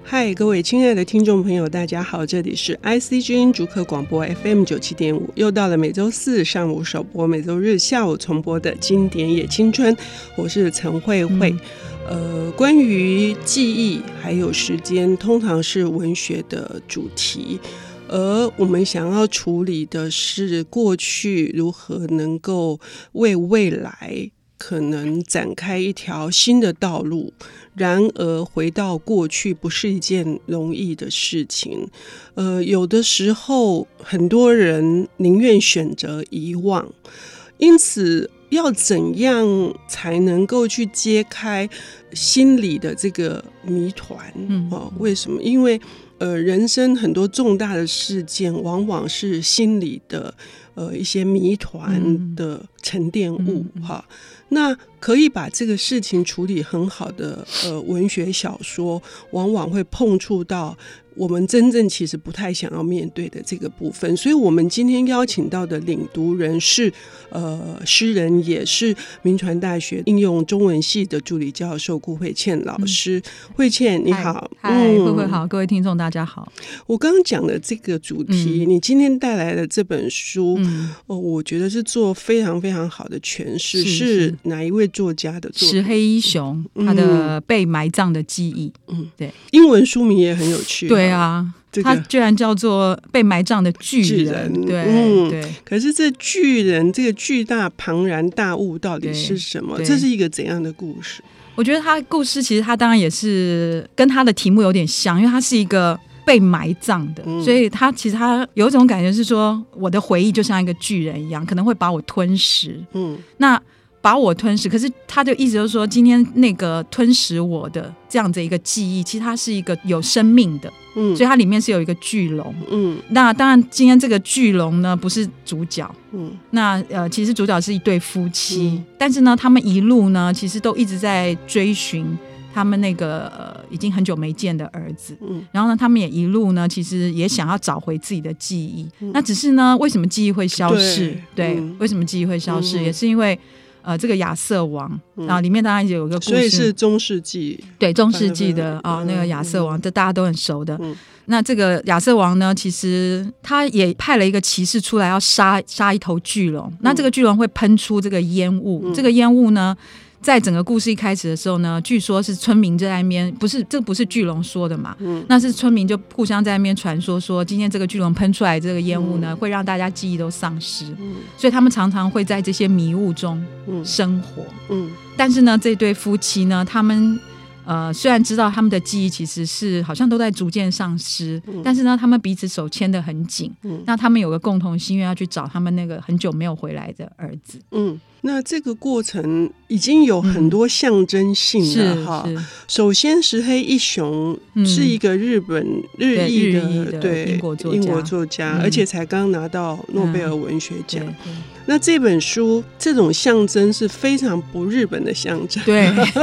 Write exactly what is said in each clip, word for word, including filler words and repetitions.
嗨，各位亲爱的听众朋友，大家好，这里是 I C 之音竹科广播 F M 九十七点五，又到了每周四上午首播，每周日下午重播的经典也青春，我是陈慧慧。嗯、呃，关于记忆还有时间，通常是文学的主题，而我们想要处理的是过去如何能够为未来可能展开一条新的道路。然而回到过去不是一件容易的事情，呃，有的时候很多人宁愿选择遗忘，因此要怎样才能够去揭开心里的这个谜团？嗯、哦，为什么？因为呃，人生很多重大的事件，往往是心里的呃一些谜团的沉淀物，哈、嗯。那可以把这个事情处理很好的呃文学小说，往往会碰触到我们真正其实不太想要面对的这个部分。所以我们今天邀请到的领读人是呃诗人，也是铭传大学应用中文系的助理教授顾慧倩老师。嗯、慧倩你好。 嗨，慧慧好，各位听众大家好。 我刚刚讲的这个主题、嗯、你今天带来的这本书、嗯哦、我觉得是做非常非常好的诠释， 是, 是哪一位作家的作品？ 石黑一雄，他的被埋葬的记忆。 嗯，对，英文书名也很有趣。 对啊，这个、他居然叫做被埋葬的巨人。巨人对、嗯、对。 可是这巨人这个巨大庞然大物到底是什么？这是一个怎样的故事？ 我觉得他故事其实他当然也是跟他的题目有点像，因为他是一个被埋葬的、嗯、所以他其实他有一种感觉是说，我的回忆就像一个巨人一样，可能会把我吞噬。嗯，那把我吞噬，可是他就意思就是说，今天那个吞噬我的这样子一个记忆，其实它是一个有生命的，嗯，所以它里面是有一个巨龙，嗯，那当然今天这个巨龙呢不是主角，嗯，那呃其实主角是一对夫妻、嗯，但是呢他们一路呢其实都一直在追寻他们那个、呃、已经很久没见的儿子、嗯、然后呢他们也一路呢其实也想要找回自己的记忆、嗯、那只是呢为什么记忆会消失？ 对, 对、嗯、为什么记忆会消失、嗯、也是因为呃，这个亚瑟王、嗯、啊，里面当然有一个故事， 所以是中世纪， 对，中世纪的啊、嗯，那个亚瑟王，这、嗯、大家都很熟的。嗯、那这个亚瑟王呢，其实他也派了一个骑士出来要杀杀一头巨龙、嗯，那这个巨龙会喷出这个烟雾，嗯、这个烟雾呢。在整个故事一开始的时候呢，据说是村民在那边，不是这不是巨龙说的嘛、嗯、那是村民就互相在那边传说说今天这个巨龙喷出来这个烟雾呢、嗯、会让大家记忆都丧失、嗯、所以他们常常会在这些迷雾中生活、嗯嗯、但是呢这对夫妻呢他们呃，虽然知道他们的记忆其实是好像都在逐渐丧失、嗯、但是呢他们彼此手牵得很紧、嗯、那他们有个共同心愿要去找他们那个很久没有回来的儿子。嗯， 那这个过程已经有很多象征性了哈、嗯。首先石黑一雄是一个日本、嗯、日裔的对英国作家， 英国作家、嗯、而且才刚拿到诺贝尔文学奖、 嗯、 那这本书这种象征是非常不日本的象征。 对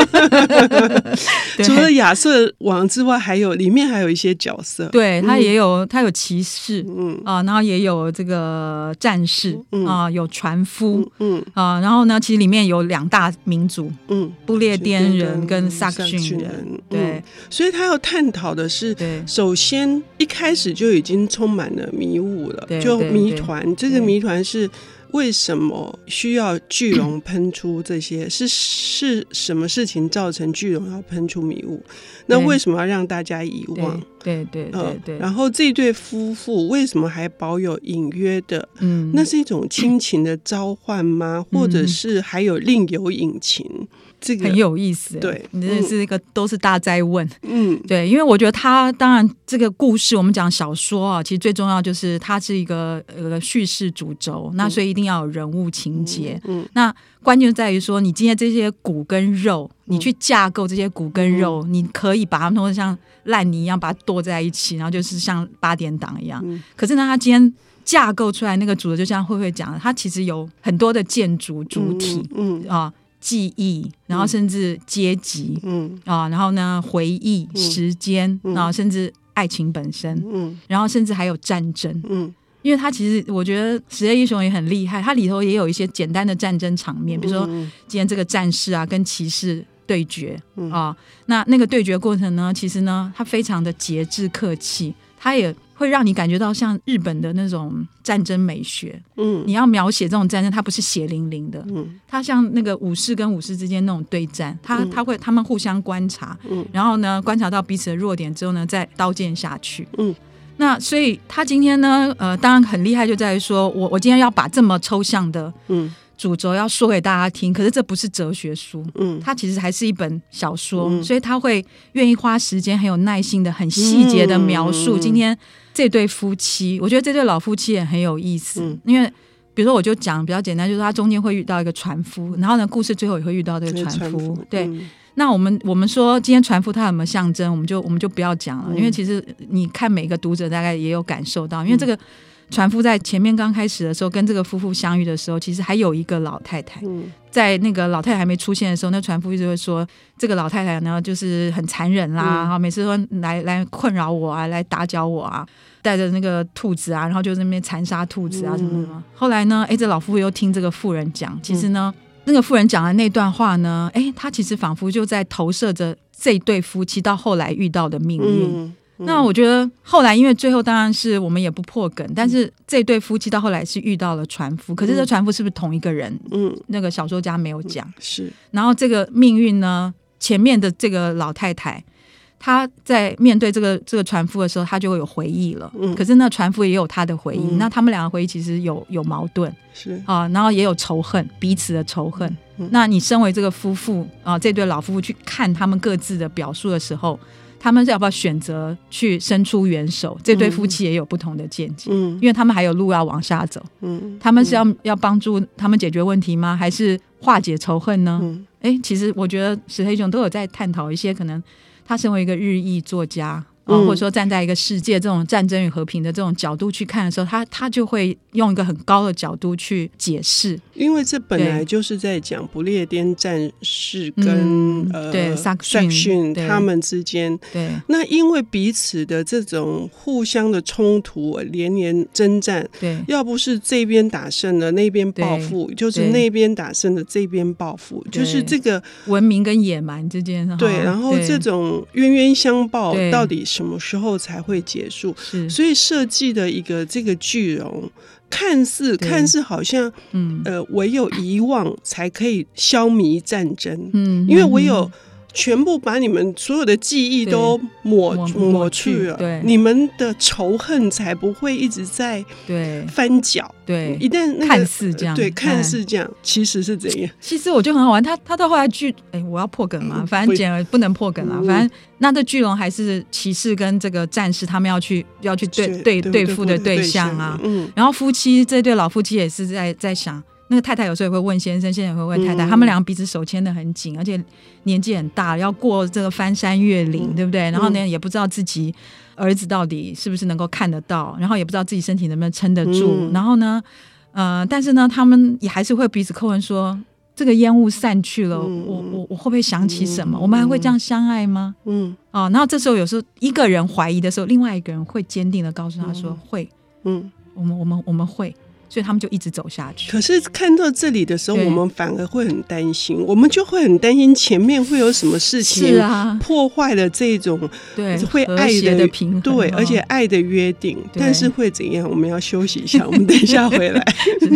除了亚瑟王之外，还有里面还有一些角色， 对，他也有、嗯、他有骑士、嗯啊，然后也有这个战士、嗯、啊，有船夫，嗯啊，然后呢其实里面有两大民族，嗯，不列颠人跟萨克逊人，对、嗯， 所以他要探讨的是，首先一开始就已经充满了迷雾了，就谜团，这个谜团是为什么需要巨龙喷出这些是是什么事情造成巨龙要喷出迷雾？那为什么要让大家遗忘？ 对对对 对, 对, 对、呃、然后这对夫妇为什么还保有隐约的、嗯、那是一种亲情的召唤吗、嗯、或者是还有另有隐情？这个很有意思， 对， 你这是一个、嗯、都是大哉问。嗯，对，因为我觉得他当然这个故事我们讲小说啊，其实最重要就是它是一个呃叙事主轴，那所以一定要有人物情节。嗯，嗯那关键在于说，你今天这些骨跟肉，你去架构这些骨跟肉，嗯、你可以把它们都像烂泥一样把它剁在一起，然后就是像八点档一样。嗯、可是呢，他今天架构出来那个主轴，就像慧慧讲的，它其实有很多的建筑主体，嗯, 嗯啊。记忆，然后甚至阶级，嗯啊，然后呢回忆、嗯、时间、嗯、啊，甚至爱情本身，嗯，然后甚至还有战争，嗯，因为他其实我觉得石黑一雄也很厉害，他里头也有一些简单的战争场面，比如说今天这个战士啊跟骑士对决、嗯啊、那那个对决过程呢，其实呢他非常的节制客气，他也会让你感觉到像日本的那种战争美学。嗯，你要描写这种战争，它不是血淋淋的，嗯，它像那个武士跟武士之间那种对战，他他会他们互相观察，嗯，然后呢观察到彼此的弱点之后呢，再刀剑下去。嗯，那所以他今天呢，呃，当然很厉害，就在于说我我今天要把这么抽象的，嗯。主轴要说给大家听，可是这不是哲学书，嗯，它其实还是一本小说，嗯，所以他会愿意花时间很有耐心的很细节的描述今天这对夫妻。我觉得这对老夫妻也很有意思，嗯，因为比如说我就讲比较简单，就是他中间会遇到一个船夫，然后呢故事最后也会遇到这个船夫，对，嗯，那我们我们说今天船夫他有没有象征，我们就我们就不要讲了，嗯，因为其实你看每个读者大概也有感受到，因为这个船夫在前面刚开始的时候跟这个夫妇相遇的时候，其实还有一个老太太，嗯，在那个老太太还没出现的时候，那船夫一直会说这个老太太呢就是很残忍啦，嗯，每次说来来困扰我啊，来打搅我啊，带着那个兔子啊，然后就在那边残杀兔子啊什么什么，嗯，后来呢哎，这老夫妇又听这个妇人讲，其实呢，嗯，那个妇人讲的那段话呢，哎，他其实仿佛就在投射着这对夫妻到后来遇到的命运，嗯，那我觉得后来因为最后当然是我们也不破梗，但是这对夫妻到后来是遇到了船夫，可是这船夫是不是同一个人？嗯，那个小说家没有讲，嗯，是。然后这个命运呢，前面的这个老太太她在面对这个这个船夫的时候，她就会有回忆了，嗯，可是那船夫也有他的回忆，嗯，那他们两个回忆其实有有矛盾，是啊，然后也有仇恨，彼此的仇恨，嗯，那你身为这个夫妇啊，这对老夫妇去看他们各自的表述的时候，他们要不要选择去伸出援手？这对夫妻也有不同的见解，嗯，因为他们还有路要往下走，嗯，他们是要要帮助他们解决问题吗？还是化解仇恨呢？嗯，欸，其实我觉得石黑一雄都有在探讨一些可能他身为一个日裔作家，哦，或者说站在一个世界这种战争与和平的这种角度去看的时候，他他就会用一个很高的角度去解释， 因为这本来就是在讲不列颠战士跟、嗯、呃对萨逊他们之间，对，那因为彼此的这种互相的冲突连连征战，对，要不是这边打胜了那边报复，就是那边打胜了这边报复，就是这个文明跟野蛮之间， 对，然后这种冤冤相报到底什么时候才会结束？所以设计的一个这个巨容，看似看似好像，嗯，呃，唯有遗忘才可以消弭战争，嗯，因为唯有全部把你们所有的记忆都抹抹去了，对，你们的仇恨才不会一直在翻搅， 对， 一旦、那个、 看似这样， 对，看似这样，其实是怎样？ 其实我就很好玩，他他到后来剧，哎，我要破梗嘛，反正简而不能破梗啦，反正那这巨龙还是骑士跟这个战士他们要去要去对对对付的对象啊，嗯，然后夫妻这对老夫妻也是在在想。那个太太有时候也会问先生，先生也会问太太，嗯，他们两个彼此手牵得很紧，而且年纪很大，要过这个翻山越岭，嗯，对不对？然后呢，也不知道自己儿子到底是不是能够看得到，然后也不知道自己身体能不能撑得住，嗯，然后呢，呃，但是呢，他们也还是会彼此叩问说，这个烟雾散去了，嗯，我我我会不会想起什么？嗯，我们还会这样相爱吗？嗯，哦，然后这时候有时候一个人怀疑的时候，另外一个人会坚定的告诉他说，嗯，会，嗯，我们我们我们会。所以他们就一直走下去。 可是看到这里的时候，我们反而会很担心，我们就会很担心前面会有什么事情破坏了这种对会爱 的, 的平衡， 对，而且爱的约定。但是会怎样？我们要休息一下，我们等一下回来。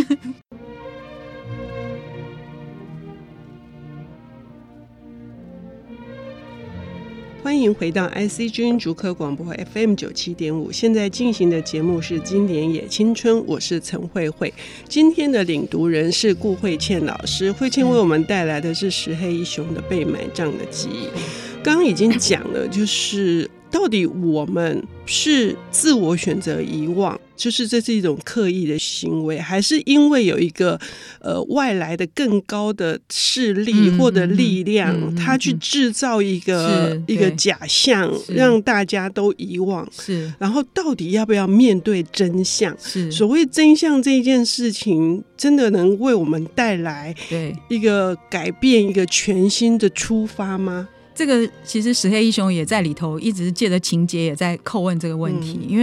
欢迎回到 I C 之音竹科广播 F M 九七点五，现在进行的节目是经典也青春，我是陈慧慧。今天的领读人是顾慧倩老师，慧倩为我们带来的是石黑一雄的《被埋葬的记忆》。刚刚已经讲了，就是到底我们是自我选择遗忘，就是这是一种刻意的行为，还是因为有一个呃外来的更高的势力或者力量，嗯嗯嗯嗯、它去制造一个一个假象，让大家都遗忘。是，然后到底要不要面对真相？是，所谓真相这件事情，真的能为我们带来一个改变，一个全新的出发吗？ 这个其实石黑一雄也在里头一直借着情节也在叩问这个问题，嗯、因为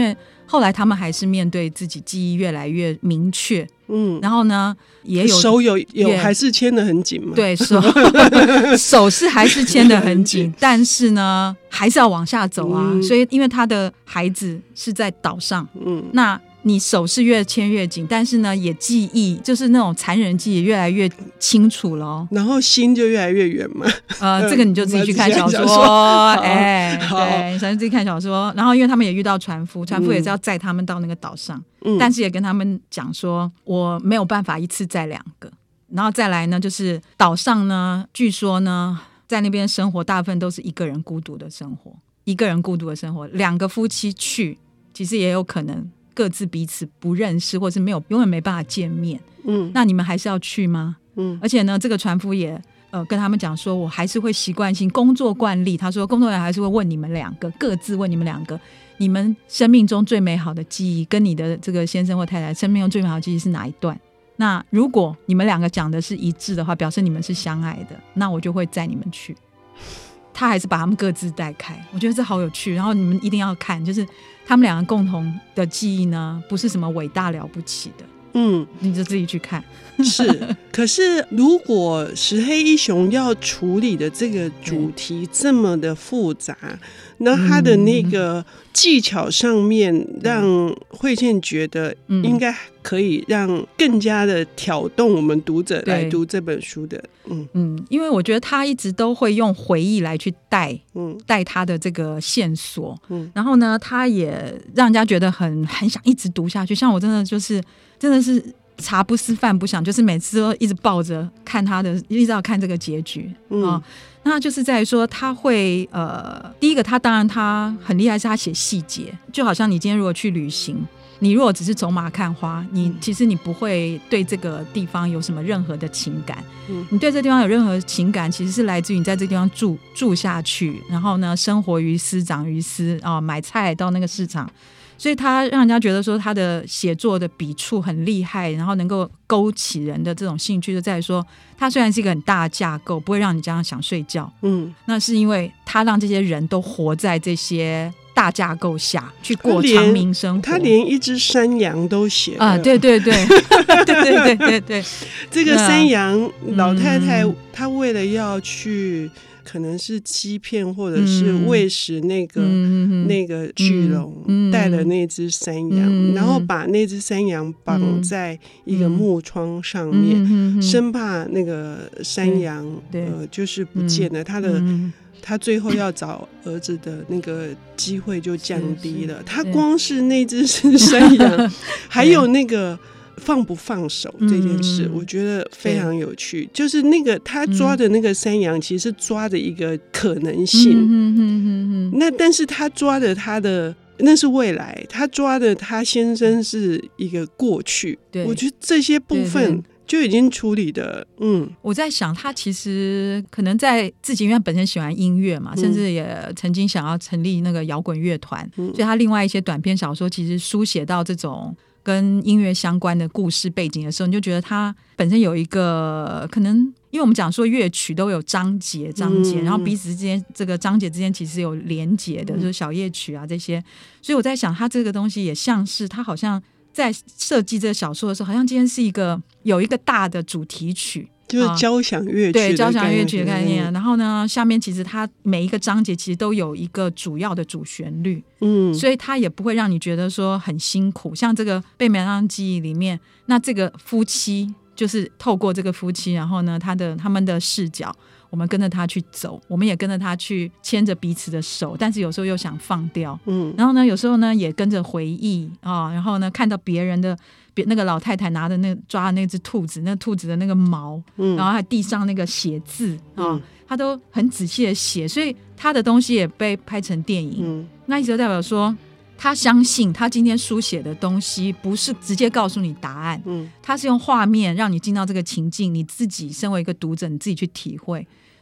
后来他们还是面对自己记忆越来越明确，嗯，然后呢也有手有有还是牵得很紧嘛， 对，手手是还是牵得很紧但是呢还是要往下走啊、嗯、所以因为他的孩子是在岛上，嗯，那你手是越牵越紧，但是呢也记忆就是那种残忍记忆越来越清楚了、哦、 然后心就越来越远嘛， 呃，这个你就自己去看小说，哎，对，你自己看小说。然后因为他们也遇到船夫，船夫也是要载他们到那个岛上、嗯、但是也跟他们讲说我没有办法一次载两个。然后再来呢就是岛上呢据说呢在那边生活大部分都是一个人孤独的生活，一个人孤独的生活，两个夫妻去其实也有可能各自彼此不认识，或是没有永远没办法见面，嗯，那你们还是要去吗？嗯，而且呢这个船夫也呃跟他们讲说我还是会习惯性工作惯例，他说工作人员还是会问你们两个，各自问你们两个你们生命中最美好的记忆跟你的这个先生或太太生命中最美好的记忆是哪一段，那如果你们两个讲的是一致的话，表示你们是相爱的，那我就会载你们去。他还是把他们各自带开，我觉得这好有趣，然后你们一定要看，就是他们两个共同的记忆呢不是什么伟大了不起的，嗯，你就自己去看。 是，可是如果石黑一雄要处理的这个主题这么的复杂，那他的那个技巧上面让慧倩觉得应该可以让更加的挑动我们读者来读这本书的。嗯嗯，因为我觉得他一直都会用回忆来去带嗯带他的这个线索，嗯，然后呢他也让人家觉得很很想一直读下去，像我真的就是真的是茶不思饭不想，就是每次都一直抱着看他的，一直要看这个结局、嗯哦、那就是在于说他会呃，第一个他当然他很厉害是他写细节，就好像你今天如果去旅行，你如果只是走马看花，你其实你不会对这个地方有什么任何的情感、嗯、你对这个地方有任何情感其实是来自于你在这个地方住住下去，然后呢生活于斯长于斯、哦、买菜到那个市场，所以他让人家觉得说他的写作的笔触很厉害，然后能够勾起人的这种兴趣，就在于说他虽然是一个很大的架构，不会让你这样想睡觉，嗯，那是因为他让这些人都活在这些大架构下去过长民生活， 他连一只山羊都写了啊，对对对对对对对对， 这个山羊老太太、嗯、她为了要去可能是欺骗或者是喂食那个、嗯、那个巨龙、嗯、带了那只山羊、嗯、然后把那只山羊绑在一个木窗上面、嗯、生怕那个山羊、呃、就是不见了，他的、嗯、他最后要找儿子的那个机会就降低了，他光是那只山羊还有那个放不放手这件事、嗯、我觉得非常有趣，就是那个他抓的那个山羊其实是抓的一个可能性、嗯嗯嗯嗯、那但是他抓的他的那是未来，他抓的他先生是一个过去，我觉得这些部分就已经处理的，嗯， 我在想他其实可能在自己因为本身喜欢音乐嘛、嗯、甚至也曾经想要成立那个摇滚乐团、嗯、所以他另外一些短篇小说其实书写到这种跟音乐相关的故事背景的时候，你就觉得他本身有一个可能，因为我们讲说乐曲都有章节章节、嗯、然后彼此之间这个章节之间其实有连结的、嗯、就是小夜曲啊这些，所以我在想他这个东西也像是他好像在设计这个小说的时候，好像今天是一个有一个大的主题曲， 就是交响乐曲的概念、 对交响乐曲的概念、嗯、然后呢下面其实它每一个章节其实都有一个主要的主旋律，嗯，所以它也不会让你觉得说很辛苦，像这个被埋葬记忆里面，那这个夫妻就是透过这个夫妻，然后呢他的他们的视角，我们跟着他去走，我们也跟着他去牵着彼此的手，但是有时候又想放掉，嗯，然后呢有时候呢也跟着回忆啊、哦，然后呢看到别人的那个老太太拿的那抓的那只兔子，那兔子的那个毛、嗯、然后还地上那个写字啊、哦嗯，他都很仔细的写，所以他的东西也被拍成电影、嗯、那意思就代表说他相信他今天书写的东西不是直接告诉你答案、嗯、他是用画面让你进到这个情境，你自己身为一个读者你自己去体会，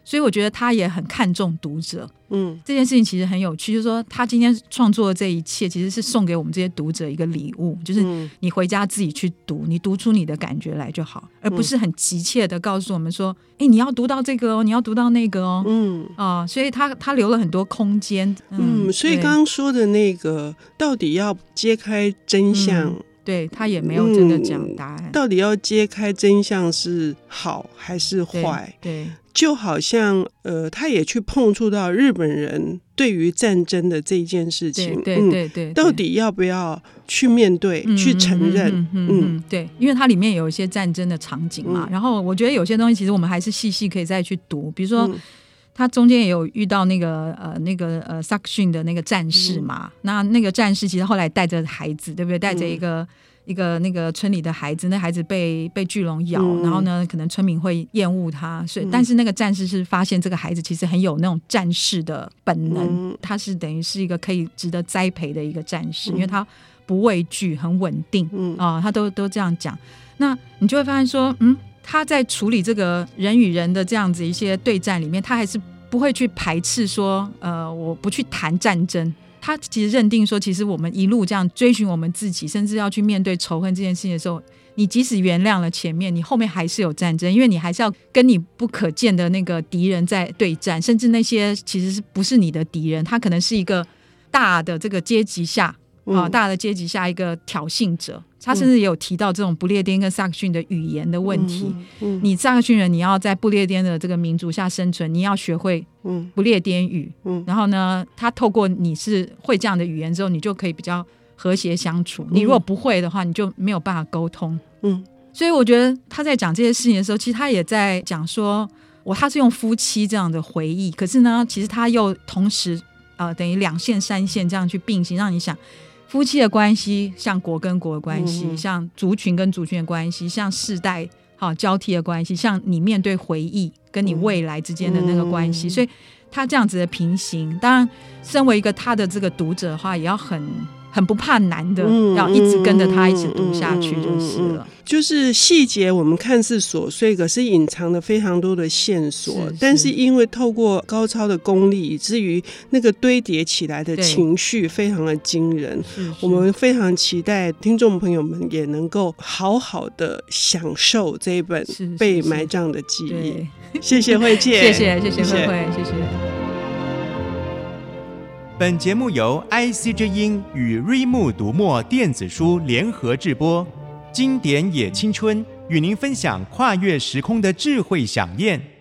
所以我觉得他也很看重读者。 嗯， 这件事情其实很有趣，就是说他今天创作的这一切其实是送给我们这些读者一个礼物，就是你回家自己去读，你读出你的感觉来就好，而不是很急切的告诉我们说哎、欸，你要读到这个哦，你要读到那个哦。嗯啊、呃，所以他他留了很多空间。 嗯, 嗯，所以刚刚说的那个到底要揭开真相、嗯， 对，他也没有真的讲答案、 嗯、到底要揭开真相是好还是坏。 对, 对， 就好像呃，他也去碰触到日本人对于战争的这件事情， 对对 对, 对、嗯、 到底要不要去面对、嗯、去承认。嗯, 嗯, 嗯, 嗯对，因为它里面有一些战争的场景嘛、嗯、然后我觉得有些东西其实我们还是细细可以再去读，比如说、嗯他中间也有遇到那个呃那个呃萨克逊的那个战士嘛、嗯、那那个战士其实后来带着孩子，对不对？带着一个、嗯、一个那个村里的孩子，那孩子被被巨龙咬、嗯、然后呢可能村民会厌恶他，所以、嗯、但是那个战士是发现这个孩子其实很有那种战士的本能、嗯、他是等于是一个可以值得栽培的一个战士、嗯、因为他不畏惧，很稳定、嗯哦、他都都这样讲。那你就会发现说嗯他在处理这个人与人的这样子一些对战里面，他还是不会去排斥说呃，我不去谈战争。他其实认定说其实我们一路这样追寻我们自己，甚至要去面对仇恨这件事情的时候，你即使原谅了前面，你后面还是有战争，因为你还是要跟你不可见的那个敌人在对战，甚至那些其实是不是你的敌人，他可能是一个大的这个阶级下、嗯啊、大的阶级下一个挑衅者。他甚至也有提到这种不列颠跟萨克逊的语言的问题、嗯嗯、你萨克逊人你要在不列颠的这个民族下生存，你要学会不列颠语、嗯、然后呢他透过你是会这样的语言之后，你就可以比较和谐相处、嗯、你如果不会的话你就没有办法沟通、嗯、所以我觉得他在讲这些事情的时候，其实他也在讲说我他是用夫妻这样的回忆，可是呢其实他又同时、呃、等于两线三线这样去并行，让你想夫妻的关系像国跟国的关系、嗯、像族群跟族群的关系，像世代好交替的关系，像你面对回忆跟你未来之间的那个关系、嗯、所以他这样子的平行，当然身为一个他的这个读者的话也要很很不怕难的、嗯、要一直跟着他一起读下去就是了、嗯嗯嗯、 就是细节我们看似琐碎，可是隐藏了非常多的线索，是是，但是因为透过高超的功力，以至于那个堆叠起来的情绪非常的惊人。我们非常期待听众朋友们也能够好好的享受这一本被埋葬的记忆。是是是，谢谢慧姐。 谢谢谢谢慧慧，谢谢。 本节目由 I C 之音与瑞木读墨电子书联合制播，经典也青春与您分享跨越时空的智慧饗宴。